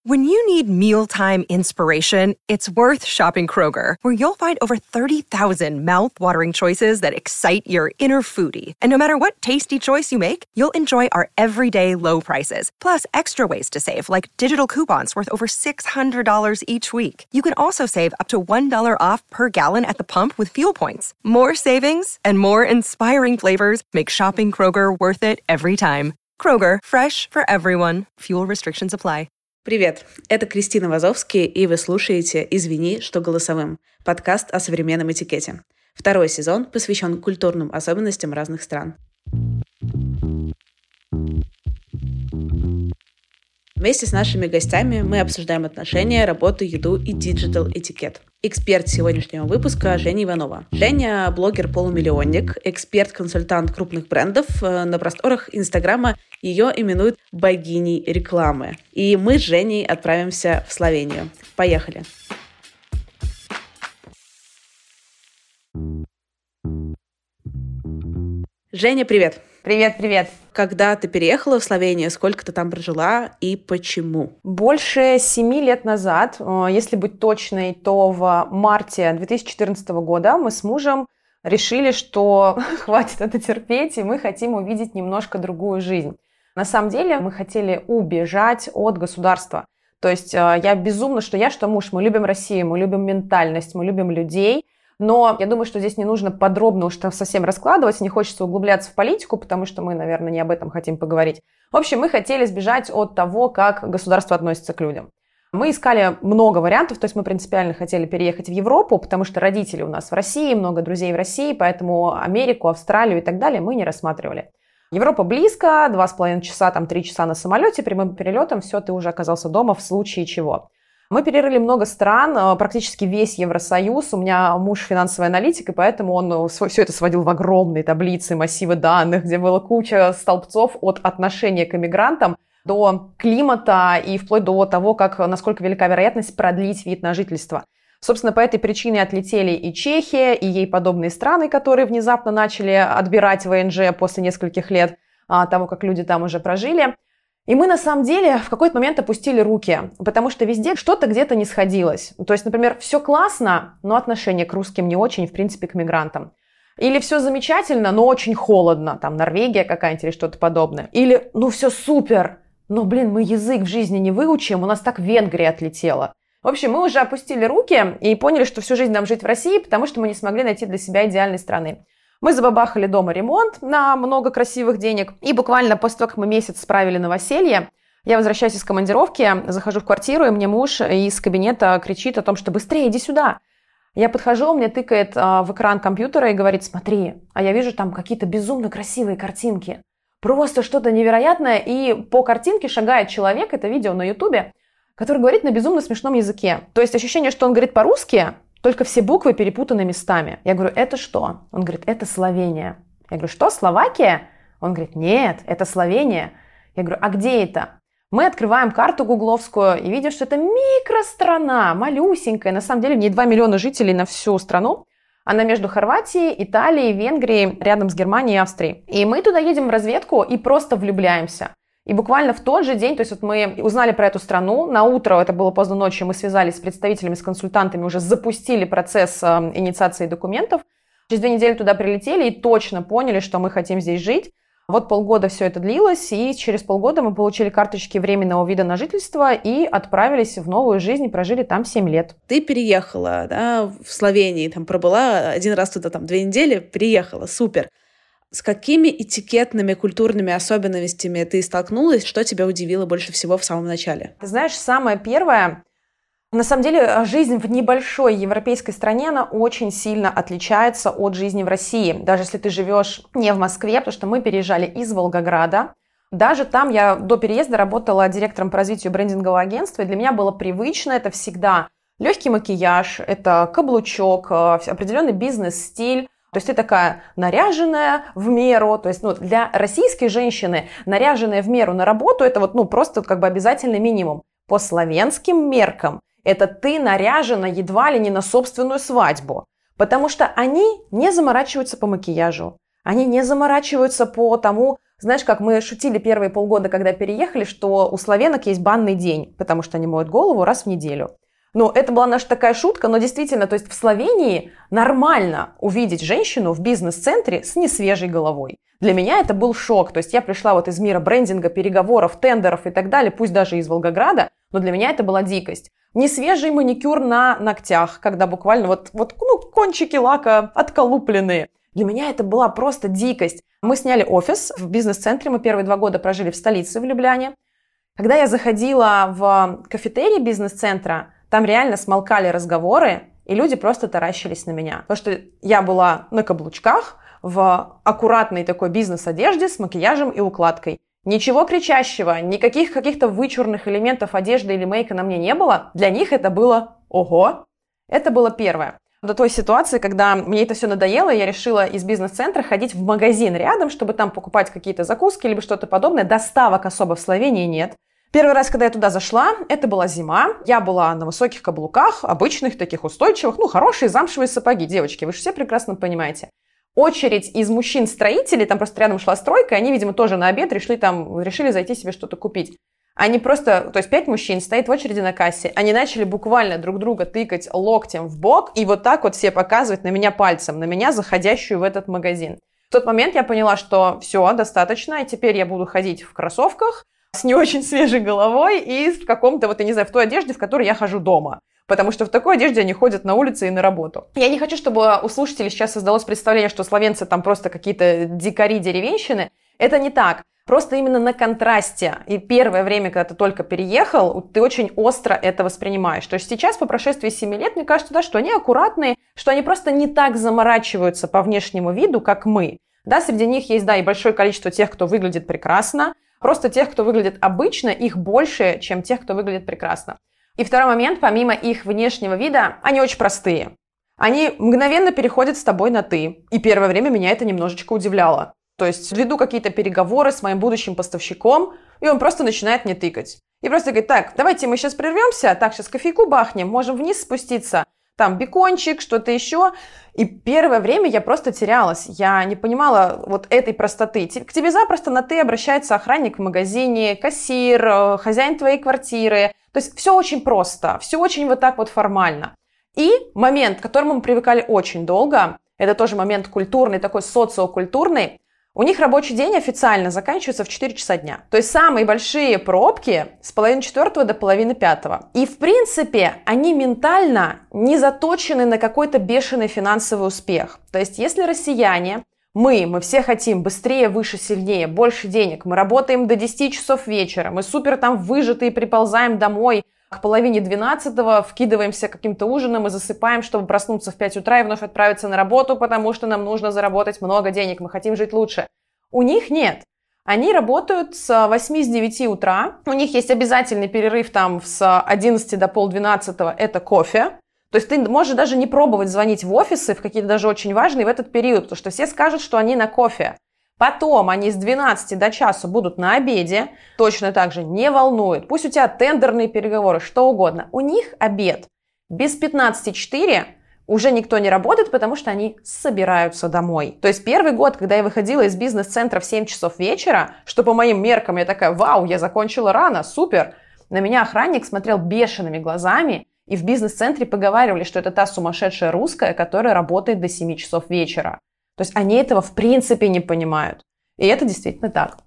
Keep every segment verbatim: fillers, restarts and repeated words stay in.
When you need mealtime inspiration, it's worth shopping Kroger, where you'll find over thirty thousand mouth-watering choices that excite your inner foodie. And no matter what tasty choice you make, you'll enjoy our everyday low prices, plus extra ways to save, like digital coupons worth over six hundred dollars each week. You can also save up to one dollar off per gallon at the pump with fuel points. More savings and more inspiring flavors make shopping Kroger worth it every time. Kroger, fresh for everyone. Fuel restrictions apply. Привет, это Кристина Вазовский, и вы слушаете «Извини, что голосовым» – подкаст о современном этикете. Второй сезон посвящен культурным особенностям разных стран. Вместе с нашими гостями мы обсуждаем отношения, работу, еду и диджитал-этикет. Эксперт сегодняшнего выпуска – Женя Иванова. Женя – блогер-полумиллионник, эксперт-консультант крупных брендов. На просторах Инстаграма ее именуют богиней рекламы. И мы с Женей отправимся в Словению. Поехали! Женя, привет! Привет-привет! Когда ты переехала в Словению, сколько ты там прожила и почему? Больше семи лет назад, если быть точной, то в марте две тысячи четырнадцатого года мы с мужем решили, что хватит это терпеть, и мы хотим увидеть немножко другую жизнь. На самом деле мы хотели убежать от государства. То есть я безумно, что я, что муж, мы любим Россию, мы любим ментальность, мы любим людей. Но я думаю, что здесь не нужно подробно уж там совсем раскладывать, не хочется углубляться в политику, потому что мы, наверное, не об этом хотим поговорить. В общем, мы хотели сбежать от того, как государство относится к людям. Мы искали много вариантов, то есть мы принципиально хотели переехать в Европу, потому что родители у нас в России, много друзей в России, поэтому Америку, Австралию и так далее мы не рассматривали. Европа близко, два с половиной часа, там три часа на самолете, прямым перелетом, все, ты уже оказался дома в случае чего. Мы перерыли много стран, практически весь Евросоюз. У меня муж финансовый аналитик, и поэтому он все это сводил в огромные таблицы, массивы данных, где была куча столбцов от отношения к иммигрантам до климата и вплоть до того, как, насколько велика вероятность продлить вид на жительство. Собственно, по этой причине отлетели и Чехия, и ей подобные страны, которые внезапно начали отбирать ВНЖ после нескольких лет того, как люди там уже прожили. И мы, на самом деле, в какой-то момент опустили руки, потому что везде что-то где-то не сходилось. То есть, например, все классно, но отношение к русским не очень, в принципе, к мигрантам. Или все замечательно, но очень холодно, там Норвегия какая-нибудь или что-то подобное. Или, ну все супер, но, блин, мы язык в жизни не выучим, у нас так Венгрия отлетела. В общем, мы уже опустили руки и поняли, что всю жизнь нам жить в России, потому что мы не смогли найти для себя идеальной страны. Мы забабахали дома ремонт на много красивых денег. И буквально после того, как мы месяц справили новоселье, я возвращаюсь из командировки, захожу в квартиру, и мне муж из кабинета кричит о том, что быстрее, иди сюда. Я подхожу, он мне тыкает в экран компьютера и говорит: смотри, а я вижу там какие-то безумно красивые картинки. Просто что-то невероятное. И по картинке шагает человек, это видео на Ютубе, который говорит на безумно смешном языке. То есть ощущение, что он говорит по-русски, только все буквы перепутаны местами. Я говорю: это что? Он говорит: это Словения. Я говорю: что, Словакия? Он говорит: нет, это Словения. Я говорю: а где это? Мы открываем карту гугловскую и видим, что это микространа, малюсенькая. На самом деле в ней два миллиона жителей на всю страну. Она между Хорватией, Италией, Венгрией, рядом с Германией и Австрией. И мы туда едем в разведку и просто влюбляемся. И буквально в тот же день, то есть вот мы узнали про эту страну, на утро, это было поздно ночью, мы связались с представителями, с консультантами, уже запустили процесс э, инициации документов. Через две недели туда прилетели и точно поняли, что мы хотим здесь жить. Вот полгода все это длилось, и через полгода мы получили карточки временного вида на жительство и отправились в новую жизнь, и прожили там семь лет. Ты переехала, да, в Словении, там пробыла один раз туда, там две недели, приехала, супер. С какими этикетными, культурными особенностями ты столкнулась? Что тебя удивило больше всего в самом начале? Ты знаешь, самое первое, на самом деле, жизнь в небольшой европейской стране, она очень сильно отличается от жизни в России. Даже если ты живешь не в Москве, потому что мы переезжали из Волгограда. Даже там я до переезда работала директором по развитию брендингового агентства, и для меня было привычно это всегда легкий макияж, это каблучок, определенный бизнес-стиль. То есть ты такая наряженная в меру, то есть ну, для российской женщины наряженная в меру на работу это вот ну просто как бы обязательный минимум. По словенским меркам это ты наряжена едва ли не на собственную свадьбу, потому что они не заморачиваются по макияжу, они не заморачиваются по тому, Знаешь, как мы шутили первые полгода, когда переехали, что у словенок есть банный день, потому что они моют голову раз в неделю. Ну, это была наша такая шутка, но действительно, то есть в Словении нормально увидеть женщину в бизнес-центре с несвежей головой. Для меня это был шок. То есть я пришла вот из мира брендинга, переговоров, тендеров и так далее, пусть даже из Волгограда, но для меня это была дикость. Несвежий маникюр на ногтях, когда буквально вот, вот ну, кончики лака отколупленные. Для меня это была просто дикость. Мы сняли офис в бизнес-центре, мы первые два года прожили в столице, в Любляне. Когда я заходила в кафетерий бизнес-центра, там реально смолкали разговоры, и люди просто таращились на меня. Потому что я была на каблучках, в аккуратной такой бизнес-одежде с макияжем и укладкой. Ничего кричащего, никаких каких-то вычурных элементов одежды или мейка на мне не было. Для них это было ого. Это было первое. До той ситуации, когда мне это все надоело, я решила из бизнес-центра ходить в магазин рядом, чтобы там покупать какие-то закуски либо что-то подобное. Доставок особо в Словении нет. Первый раз, когда я туда зашла, это была зима. Я была на высоких каблуках, обычных, таких устойчивых, ну, хорошие замшевые сапоги. Девочки, вы же все прекрасно понимаете. Очередь из мужчин-строителей, там просто рядом шла стройка, и они, видимо, тоже на обед решили, там, решили зайти себе что-то купить. Они просто, то есть пять мужчин стоит в очереди на кассе, они начали буквально друг друга тыкать локтем в бок и вот так вот все показывать на меня пальцем, на меня, заходящую в этот магазин. В тот момент я поняла, что все, достаточно, и теперь я буду ходить в кроссовках с не очень свежей головой и в каком-то, вот я не знаю, в той одежде, в которой я хожу дома. Потому что в такой одежде они ходят на улице и на работу. Я не хочу, чтобы у слушателей сейчас создалось представление, что словенцы там просто какие-то дикари-деревенщины. Это не так. Просто именно на контрасте. И первое время, когда ты только переехал, ты очень остро это воспринимаешь. То есть сейчас, по прошествии семи лет, мне кажется, да, что они аккуратные, что они просто не так заморачиваются по внешнему виду, как мы. Да, среди них есть, да, и большое количество тех, кто выглядит прекрасно. Просто тех, кто выглядит обычно, их больше, чем тех, кто выглядит прекрасно. И второй момент, помимо их внешнего вида, они очень простые. Они мгновенно переходят с тобой на «ты». И первое время меня это немножечко удивляло. То есть веду какие-то переговоры с моим будущим поставщиком, и он просто начинает мне тыкать. И просто говорит: так, давайте мы сейчас прервемся, так, сейчас кофейку бахнем, можем вниз спуститься, там бекончик, что-то еще. И первое время я просто терялась, я не понимала вот этой простоты. К тебе запросто на «ты» обращается охранник в магазине, кассир, хозяин твоей квартиры. То есть все очень просто, все очень вот так вот формально. И момент, к которому мы привыкали очень долго, это тоже момент культурный, такой социокультурный. У них рабочий день официально заканчивается в четыре часа дня. То есть самые большие пробки с половины четвертого до половины пятого. И в принципе они ментально не заточены на какой-то бешеный финансовый успех. То есть если россияне, мы, мы все хотим быстрее, выше, сильнее, больше денег, мы работаем до десяти часов вечера, мы супер там выжатые, приползаем домой к половине двенадцатого, вкидываемся каким-то ужином и засыпаем, чтобы проснуться в пять утра и вновь отправиться на работу, потому что нам нужно заработать много денег, мы хотим жить лучше. У них нет. Они работают с восьми с девяти утра, у них есть обязательный перерыв там с одиннадцати до полдвенадцатого, это кофе. То есть ты можешь даже не пробовать звонить в офисы, в какие-то даже очень важные в этот период, потому что все скажут, что они на кофе. Потом они с двенадцати до часу будут на обеде, точно так же не волнует. Пусть у тебя тендерные переговоры, что угодно. У них обед. Без пятнадцати четыре уже никто не работает, потому что они собираются домой. То есть первый год, когда я выходила из бизнес-центра в семь часов вечера, что по моим меркам я такая: вау, я закончила рано, супер. На меня охранник смотрел бешеными глазами, и в бизнес-центре поговаривали, что это та сумасшедшая русская, которая работает до семи часов вечера. То есть они этого в принципе не понимают. И это действительно так.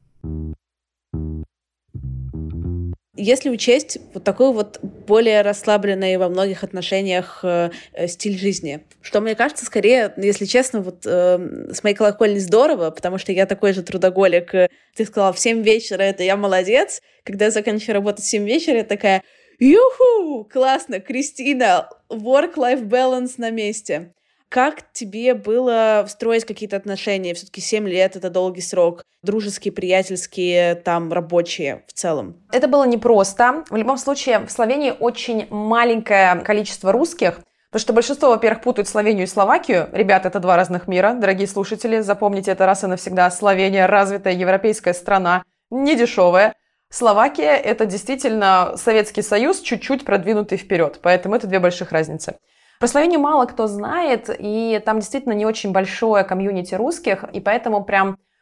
Если учесть вот такой вот более расслабленный во многих отношениях э, стиль жизни, что, мне кажется, скорее, если честно, вот э, с моей колокольни здорово, потому что я такой же трудоголик. Ты сказала, в семь вечера это я молодец. Когда я заканчиваю работать в семь вечера, я такая: юху, классно, Кристина, work-life balance на месте. Как тебе было строить какие-то отношения? Все-таки семь лет — это долгий срок. Дружеские, приятельские, там, рабочие в целом. Это было непросто. В любом случае, в Словении очень маленькое количество русских, потому что большинство, во-первых, путают Словению и Словакию. Ребята, это два разных мира, дорогие слушатели. Запомните это раз и навсегда. Словения — развитая европейская страна, не дешевая. Словакия — это действительно Советский Союз, чуть-чуть продвинутый вперед. Поэтому это две больших разницы. Про Словению мало кто знает, и там действительно не очень большое комьюнити русских, и поэтому прям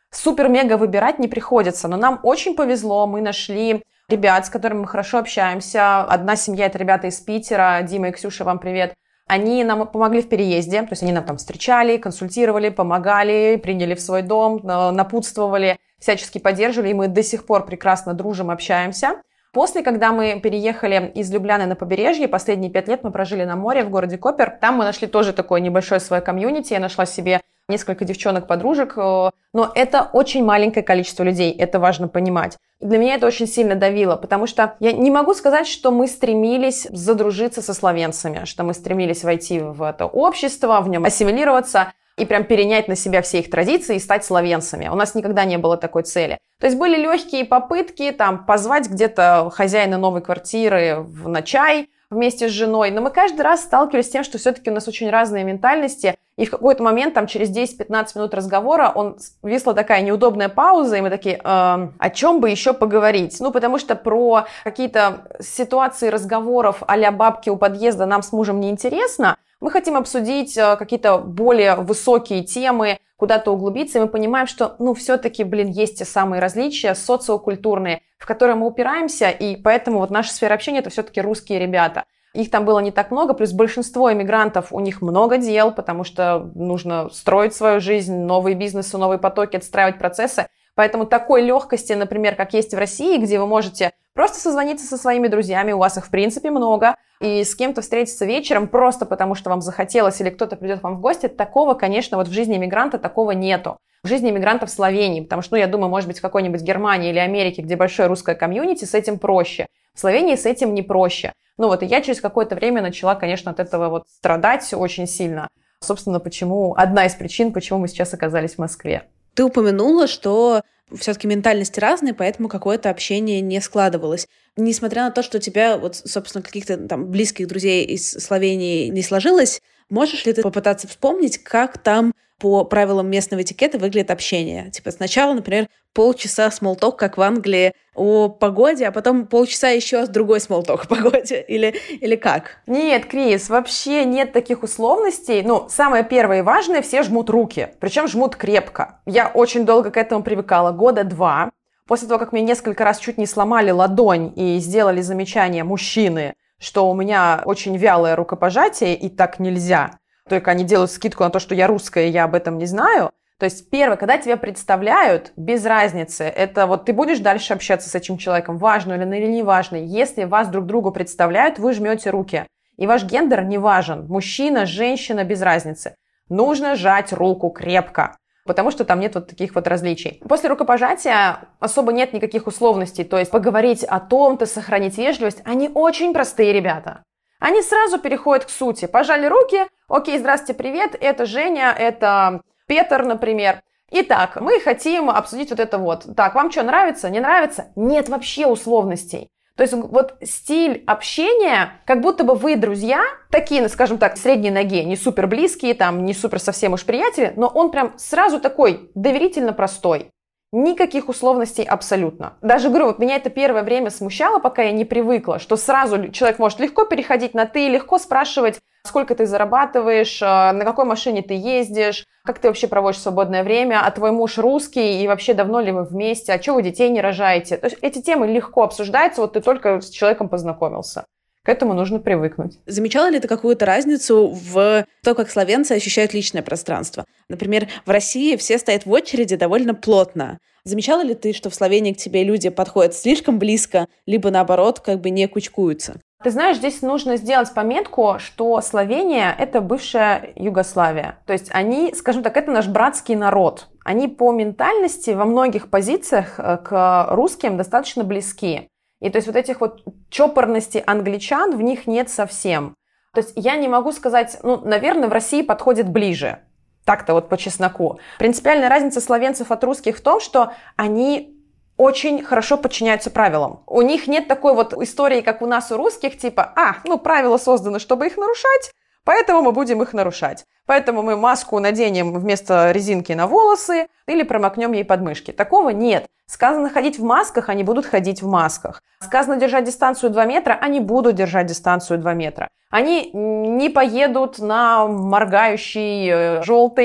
супер-мега выбирать не приходится. Но нам очень повезло, мы нашли ребят, с которыми мы хорошо общаемся. Одна семья — это ребята из Питера, Дима и Ксюша, вам привет. Они нам помогли в переезде, то есть они нам там встречали, консультировали, помогали, приняли в свой дом, напутствовали, всячески поддерживали, и мы до сих пор прекрасно дружим, общаемся. После, когда мы переехали из Любляны на побережье, последние пять лет мы прожили на море в городе Копер, там мы нашли тоже такое небольшое свое комьюнити, я нашла себе несколько девчонок-подружек, но это очень маленькое количество людей, это важно понимать. И для меня это очень сильно давило, потому что я не могу сказать, что мы стремились задружиться со словенцами, что мы стремились войти в это общество, в нем ассимилироваться и прям перенять на себя все их традиции и стать словенцами. У нас никогда не было такой цели. То есть были легкие попытки там позвать где-то хозяина новой квартиры на чай вместе с женой, но мы каждый раз сталкивались с тем, что все-таки у нас очень разные ментальности, и в какой-то момент, там, через десять-пятнадцать минут разговора, он висла такая неудобная пауза, и мы такие, э, о чем бы еще поговорить? Ну, потому что про какие-то ситуации разговоров а-ля бабки у подъезда нам с мужем неинтересно. Мы хотим обсудить какие-то более высокие темы, куда-то углубиться, и мы понимаем, что, ну, все-таки, блин, есть те самые различия социокультурные, в которые мы упираемся, и поэтому вот наша сфера общения — это все-таки русские ребята. Их там было не так много, плюс большинство иммигрантов, у них много дел, потому что нужно строить свою жизнь, новые бизнесы, новые потоки, отстраивать процессы. Поэтому такой легкости, например, как есть в России, где вы можете просто созвониться со своими друзьями, у вас их в принципе много, и с кем-то встретиться вечером просто потому, что вам захотелось, или кто-то придет к вам в гости, такого, конечно, вот в жизни иммигранта такого нету. В жизни иммигрантов в Словении, потому что, ну, я думаю, может быть, в какой-нибудь Германии или Америке, где большое русское комьюнити, с этим проще. В Словении с этим не проще. Ну вот, и я через какое-то время начала, конечно, от этого вот страдать очень сильно. Собственно, почему, одна из причин, почему мы сейчас оказались в Москве. Ты упомянула, что все-таки ментальности разные, поэтому какое-то общение не складывалось. Несмотря на то, что у тебя, вот, собственно, каких-то там близких друзей из Словении не сложилось, можешь ли ты попытаться вспомнить, как там по правилам местного этикета выглядит общение? Типа сначала, например, полчаса смолток, как в Англии, о погоде, а потом полчаса еще с другой смолток о погоде, или, или как? Нет, Крис, вообще нет таких условностей. Ну, самое первое и важное, все жмут руки, причем жмут крепко. Я очень долго к этому привыкала, года два. После того, как мне несколько раз чуть не сломали ладонь и сделали замечание мужчины, что у меня очень вялое рукопожатие и так нельзя, только они делают скидку на то, что я русская, и я об этом не знаю. То есть, первое, когда тебя представляют, без разницы, это вот ты будешь дальше общаться с этим человеком, важно или не важно. Если вас друг другу представляют, вы жмете руки. И ваш гендер не важен. Мужчина, женщина, без разницы. Нужно сжать руку крепко, потому что там нет вот таких вот различий. После рукопожатия особо нет никаких условностей. То есть, поговорить о том-то, сохранить вежливость. Они очень простые ребята. Они сразу переходят к сути. Пожали руки, окей, здрасте, привет, это Женя, это Петр, например. Итак, мы хотим обсудить вот это вот. Так, вам что, нравится, не нравится? Нет вообще условностей. То есть вот стиль общения, как будто бы вы друзья, такие, скажем так, средней ноги, не супер близкие, там, не супер совсем уж приятели, но он прям сразу такой доверительно простой. Никаких условностей абсолютно. Даже, говорю, вот меня это первое время смущало, пока я не привыкла, что сразу человек может легко переходить на «ты», легко спрашивать, сколько ты зарабатываешь, на какой машине ты ездишь, как ты вообще проводишь свободное время, а твой муж русский, и вообще давно ли вы вместе, а что вы детей не рожаете. То есть эти темы легко обсуждаются, вот ты только с человеком познакомился. К этому нужно привыкнуть. Замечала ли ты какую-то разницу в том, как словенцы ощущают личное пространство? Например, в России все стоят в очереди довольно плотно. Замечала ли ты, что в Словении к тебе люди подходят слишком близко, либо наоборот, как бы не кучкуются? Ты знаешь, здесь нужно сделать пометку, что Словения – это бывшая Югославия. То есть они, скажем так, это наш братский народ. Они по ментальности во многих позициях к русским достаточно близки. И то есть вот этих вот чопорностей англичан в них нет совсем. То есть я не могу сказать, ну, наверное, в России подходит ближе. Так-то вот по чесноку. Принципиальная разница словенцев от русских в том, что они очень хорошо подчиняются правилам. У них нет такой вот истории, как у нас у русских, типа, а, ну, правила созданы, чтобы их нарушать, поэтому мы будем их нарушать. Поэтому мы маску наденем вместо резинки на волосы или промокнем ей подмышки. Такого нет. Сказано ходить в масках, они будут ходить в масках. Сказано держать дистанцию два метра, они будут держать дистанцию два метра. Они не поедут на моргающий желтый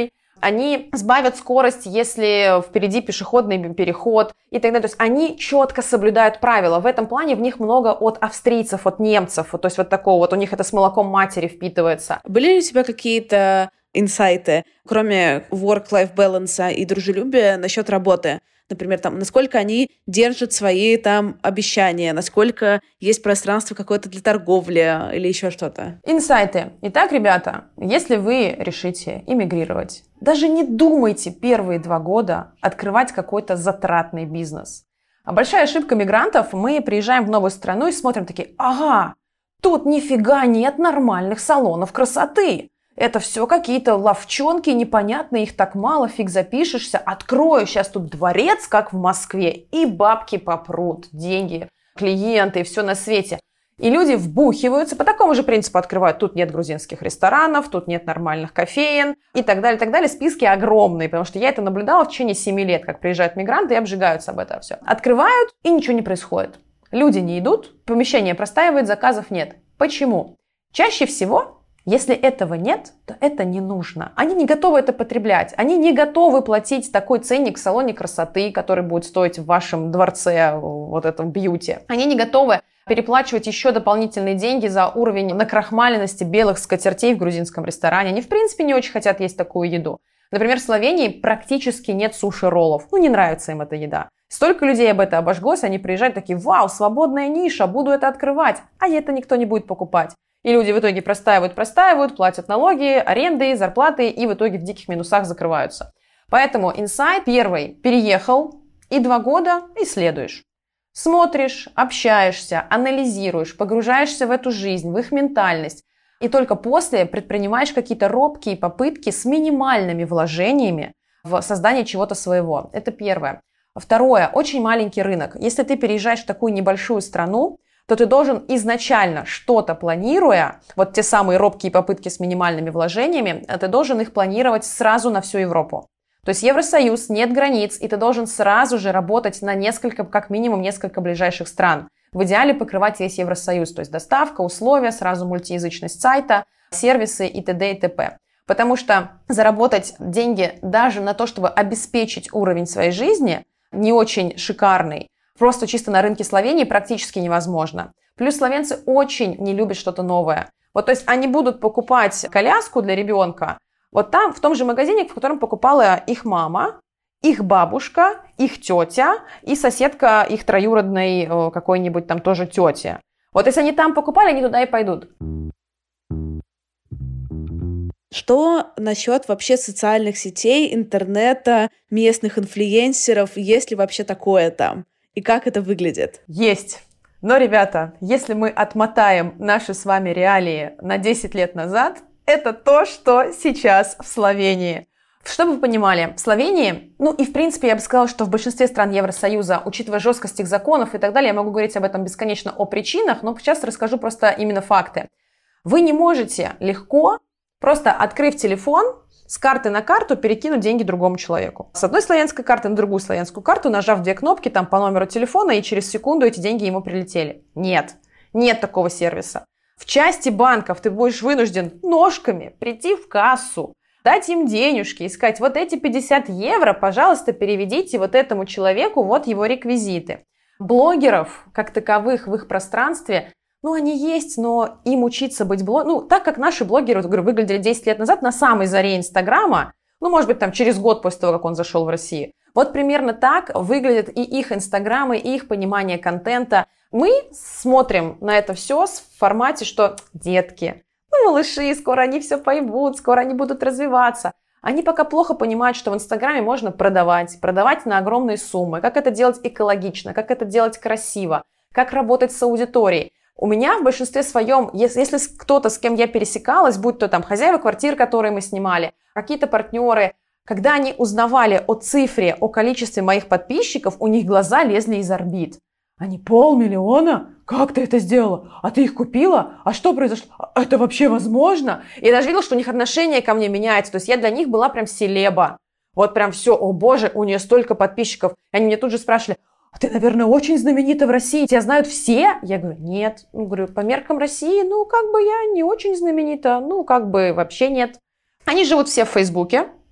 они сбавят скорость, если впереди пешеходный переход и так далее. То есть они четко соблюдают правила. В этом плане в них много от австрийцев, от немцев. То есть вот такого вот, у них это с молоком матери впитывается. Были ли у тебя какие-то инсайты, кроме work-life balance и дружелюбия, насчет работы? Например, там, насколько они держат свои там обещания, насколько есть пространство какое-то для торговли или еще что-то. Инсайты. Итак, ребята, если вы решите эмигрировать, даже не думайте первые два года открывать какой-то затратный бизнес. А большая ошибка мигрантов, мы приезжаем в новую страну и смотрим такие, ага, тут нифига нет нормальных салонов красоты. Это все какие-то ловчонки непонятные, их так мало, фиг запишешься. Открою сейчас тут дворец, как в Москве, и бабки попрут, деньги, клиенты, и все на свете. И люди вбухиваются, по такому же принципу открывают. Тут нет грузинских ресторанов, тут нет нормальных кофеен и так далее, и так далее. Списки огромные, потому что я это наблюдала в течение семи лет, как приезжают мигранты и обжигаются об этом все. Открывают, и ничего не происходит. Люди не идут, помещение простаивает, заказов нет. Почему? Чаще всего... Если этого нет, то это не нужно. Они не готовы это потреблять. Они не готовы платить такой ценник в салоне красоты, который будет стоить в вашем дворце, вот этом бьюти. Они не готовы переплачивать еще дополнительные деньги за уровень накрахмаленности белых скатертей в грузинском ресторане. Они, в принципе, не очень хотят есть такую еду. Например, в Словении практически нет суши-роллов. Ну, не нравится им эта еда. Столько людей об этом обожглось, они приезжают такие, вау, свободная ниша, буду это открывать. А это никто не будет покупать. И люди в итоге простаивают, простаивают, платят налоги, аренды, зарплаты и в итоге в диких минусах закрываются. Поэтому инсайт первый. Переехал и два года исследуешь. Смотришь, общаешься, анализируешь, погружаешься в эту жизнь, в их ментальность. И только после предпринимаешь какие-то робкие попытки с минимальными вложениями в создание чего-то своего. Это первое. Второе. Очень маленький рынок. Если ты переезжаешь в такую небольшую страну, то ты должен изначально что-то планируя, вот те самые робкие попытки с минимальными вложениями, ты должен их планировать сразу на всю Европу. То есть Евросоюз, нет границ, и ты должен сразу же работать на несколько, как минимум несколько ближайших стран. В идеале покрывать весь Евросоюз, то есть доставка, условия, сразу мультиязычность сайта, сервисы и т.д. и т.п. Потому что заработать деньги даже на то, чтобы обеспечить уровень своей жизни, не очень шикарный, просто чисто на рынке Словении практически невозможно. Плюс словенцы очень не любят что-то новое. Вот, то есть они будут покупать коляску для ребенка вот там, в том же магазине, в котором покупала их мама, их бабушка, их тетя и соседка их троюродной какой-нибудь там тоже тети. Вот если они там покупали, они туда и пойдут. Что насчет вообще социальных сетей, интернета, местных инфлюенсеров? Есть ли вообще такое там? И как это выглядит? Есть. Но, ребята, если мы отмотаем наши с вами реалии на десять лет назад, это то, что сейчас в Словении. Чтобы вы понимали, в Словении, ну и в принципе я бы сказала, что в большинстве стран Евросоюза, учитывая жесткость их законов и так далее, я могу говорить об этом бесконечно о причинах, но сейчас расскажу просто именно факты. Вы не можете легко, просто открыв телефон, с карты на карту перекинуть деньги другому человеку. С одной славянской карты на другую славянскую карту, нажав две кнопки там по номеру телефона, и через секунду эти деньги ему прилетели. Нет, нет такого сервиса. В части банков ты будешь вынужден ножками прийти в кассу, дать им денежки и сказать, вот эти пятьдесят евро, пожалуйста, переведите вот этому человеку, вот его реквизиты. Блогеров, как таковых в их пространстве, ну, они есть, но им учиться быть блогером... Ну, так как наши блогеры, вот, говорю, выглядели десять лет назад на самой заре Инстаграма, ну, может быть, там через год после того, как он зашел в Россию. Вот примерно так выглядят и их Инстаграмы, и их понимание контента. Мы смотрим на это все в формате, что детки, ну, малыши, скоро они все поймут, скоро они будут развиваться. Они пока плохо понимают, что в Инстаграме можно продавать, продавать на огромные суммы, как это делать экологично, как это делать красиво, как работать с аудиторией. У меня в большинстве своем, если, если кто-то, с кем я пересекалась, будь то там хозяева квартир, которые мы снимали, какие-то партнеры, когда они узнавали о цифре, о количестве моих подписчиков, у них глаза лезли из орбит. Они: полмиллиона? Как ты это сделала? А ты их купила? А что произошло? Это вообще возможно? И я даже видела, что у них отношение ко мне меняется. То есть я для них была прям селеба. Вот прям все, о боже, у нее столько подписчиков. И они мне тут же спрашивали: ты, наверное, очень знаменита в России, тебя знают все? Я говорю: нет. Ну, говорю, по меркам России, ну, как бы я не очень знаменита, ну, как бы вообще нет. Они живут все в Фейсбуке,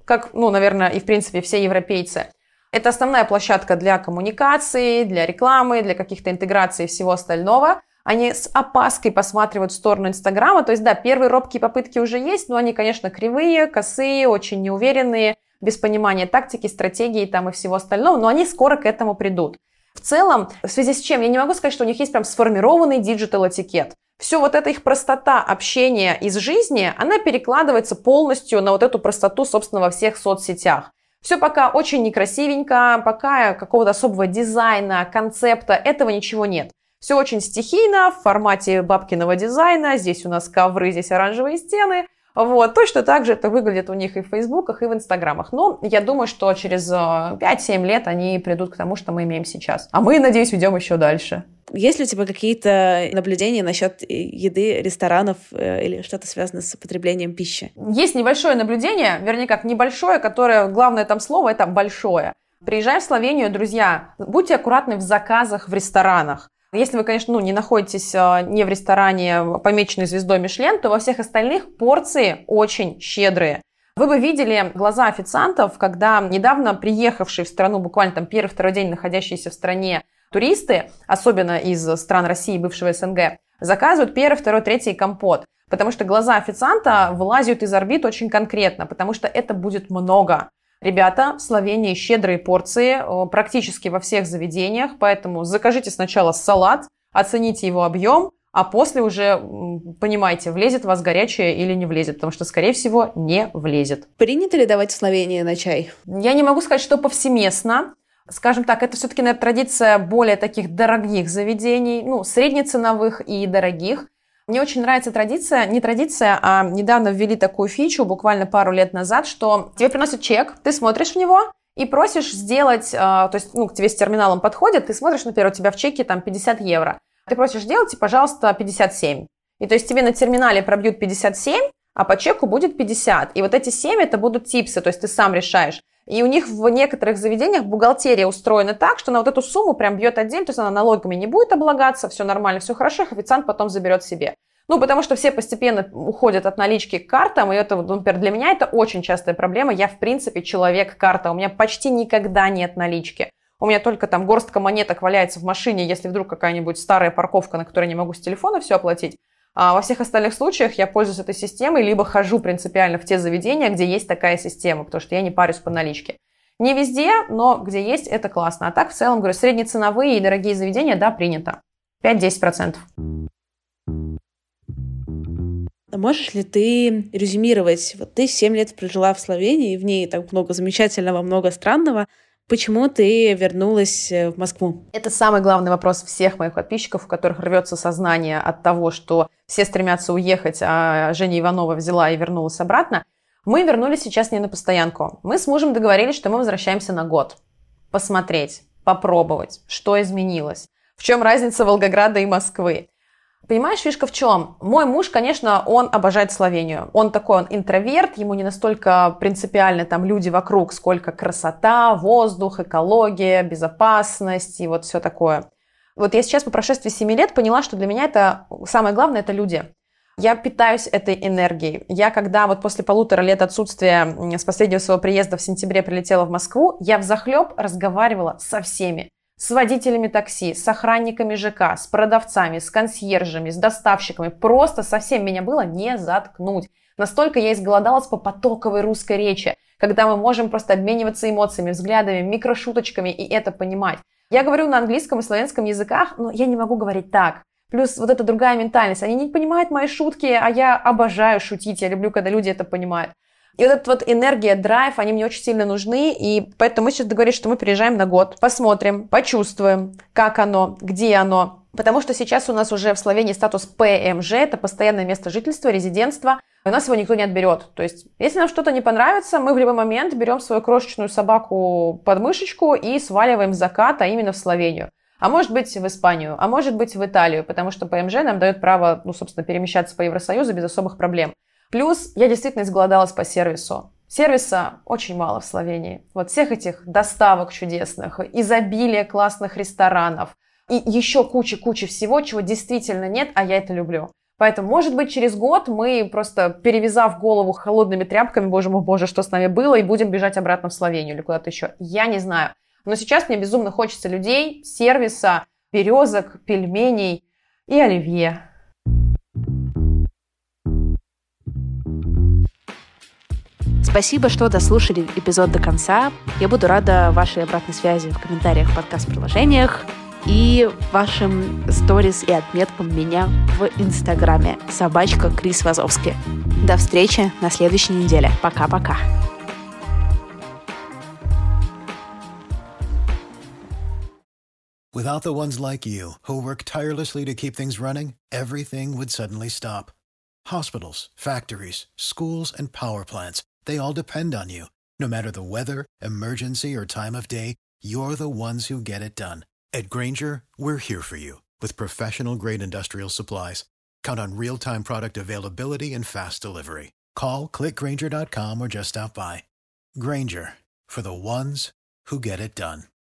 как, ну, наверное, и в принципе все европейцы. Это основная площадка для коммуникации, для рекламы, для каких-то интеграций и всего остального. Они с опаской посматривают в сторону Инстаграма. То есть, да, первые робкие попытки уже есть, но они, конечно, кривые, косые, очень неуверенные, без понимания тактики, стратегии там и всего остального, но они скоро к этому придут. В целом, в связи с чем, я не могу сказать, что у них есть прям сформированный диджитал-этикет. Все вот эта их простота общения из жизни, она перекладывается полностью на вот эту простоту, собственно, во всех соцсетях. Все пока очень некрасивенько, пока какого-то особого дизайна, концепта, этого ничего нет. Все очень стихийно, в формате бабкиного дизайна. Здесь у нас ковры, здесь оранжевые стены. Вот. Точно так же это выглядит у них и в фейсбуках, и в инстаграмах. Но я думаю, что через пять-семь лет они придут к тому, что мы имеем сейчас. А мы, надеюсь, уйдем еще дальше. Есть ли у тебя какие-то наблюдения насчет еды, ресторанов или что-то связанное с употреблением пищи? Есть небольшое наблюдение, вернее как небольшое, которое, главное там слово, это большое. Приезжая в Словению, друзья, будьте аккуратны в заказах в ресторанах. Если вы, конечно, ну, не находитесь не в ресторане, помеченной звездой Мишлен, то во всех остальных порции очень щедрые. Вы бы видели глаза официантов, когда недавно приехавшие в страну, буквально там первый-второй день находящиеся в стране туристы, особенно из стран России и бывшего СНГ, заказывают первый, второй, третий компот. Потому что глаза официанта вылазят из орбит очень конкретно, потому что это будет много. Ребята, в Словении щедрые порции практически во всех заведениях, поэтому закажите сначала салат, оцените его объем, а после уже понимаете, влезет в вас горячее или не влезет, потому что, скорее всего, не влезет. Принято ли давать в Словении на чай? Я не могу сказать, что повсеместно. Скажем так, это все-таки, наверное, традиция более таких дорогих заведений, ну, среднеценовых и дорогих. Мне очень нравится традиция, не традиция, а недавно ввели такую фичу, буквально пару лет назад, что тебе приносят чек, ты смотришь в него и просишь сделать, то есть, ну, к тебе с терминалом подходят, ты смотришь, например, у тебя в чеке там пятьдесят евро, ты просишь сделать, пожалуйста, пятьдесят семь. И то есть тебе на терминале пробьют пятьдесят семь, а по чеку будет пятьдесят. И вот эти семь это будут типсы, то есть ты сам решаешь. И у них в некоторых заведениях бухгалтерия устроена так, что на вот эту сумму прям бьет отдельно, то есть она налогами не будет облагаться, все нормально, все хорошо, официант потом заберет себе. Ну, потому что все постепенно уходят от налички к картам, и это, например, для меня это очень частая проблема. Я, в принципе, человек-карта, у меня почти никогда нет налички. У меня только там горстка монеток валяется в машине, если вдруг какая-нибудь старая парковка, на которой не могу с телефона все оплатить. А во всех остальных случаях я пользуюсь этой системой, либо хожу принципиально в те заведения, где есть такая система, потому что я не парюсь по наличке. Не везде, но где есть, это классно. А так, в целом, говорю, среднеценовые и дорогие заведения, да, принято. пять-десять процентов. Можешь ли ты резюмировать? Вот ты семь лет прожила в Словении, в ней так много замечательного, много странного. Почему ты вернулась в Москву? Это самый главный вопрос всех моих подписчиков, у которых рвется сознание от того, что все стремятся уехать, а Женя Иванова взяла и вернулась обратно. Мы вернулись сейчас не на постоянку. Мы с мужем договорились, что мы возвращаемся на год. Посмотреть, попробовать, что изменилось, в чем разница Волгограда и Москвы. Понимаешь, фишка в чем? Мой муж, конечно, он обожает Словению. Он такой, он интроверт, ему не настолько принципиально там люди вокруг, сколько красота, воздух, экология, безопасность и вот все такое. Вот я сейчас по прошествии семи лет поняла, что для меня это самое главное – это люди. Я питаюсь этой энергией. Я когда вот после полутора лет отсутствия с последнего своего приезда в сентябре прилетела в Москву, я взахлеб разговаривала со всеми. С водителями такси, с охранниками ЖК, с продавцами, с консьержами, с доставщиками. Просто совсем меня было не заткнуть. Настолько я изголодалась по потоковой русской речи, когда мы можем просто обмениваться эмоциями, взглядами, микрошуточками и это понимать. Я говорю на английском и славянском языках, но я не могу говорить так. Плюс вот эта другая ментальность. Они не понимают мои шутки, а я обожаю шутить. Я люблю, когда люди это понимают. И вот эта вот энергия, драйв, они мне очень сильно нужны, и поэтому мы сейчас договорились, что мы переезжаем на год, посмотрим, почувствуем, как оно, где оно. Потому что сейчас у нас уже в Словении статус ПМЖ, это постоянное место жительства, резидентства, и у нас его никто не отберет. То есть, если нам что-то не понравится, мы в любой момент берем свою крошечную собаку под мышечку и сваливаем в закат, а именно в Словению. А может быть в Испанию, а может быть в Италию, потому что ПМЖ нам дает право, ну, собственно, перемещаться по Евросоюзу без особых проблем. Плюс я действительно изголодалась по сервису. Сервиса очень мало в Словении. Вот всех этих доставок чудесных, изобилие классных ресторанов и еще куча-куча всего, чего действительно нет, а я это люблю. Поэтому, может быть, через год мы просто, перевязав голову холодными тряпками, боже мой, боже, что с нами было, и будем бежать обратно в Словению или куда-то еще. Я не знаю. Но сейчас мне безумно хочется людей, сервиса, березок, пельменей и оливье. Спасибо, что дослушали эпизод до конца. Я буду рада вашей обратной связи в комментариях в подкаст-приложениях и вашим сторис и отметкам меня в Инстаграме. Собачка Крис Вазовский. До встречи на следующей неделе. Пока-пока. Without the ones like you, who work tirelessly to keep things running, everything would suddenly stop. Hospitals, factories, schools, and power plants, they all depend on you. No matter the weather, emergency, or time of day, you're the ones who get it done. At Grainger, we're here for you with professional-grade industrial supplies. Count on real-time product availability and fast delivery. Call, click Grainger dot com, or just stop by. Grainger, for the ones who get it done.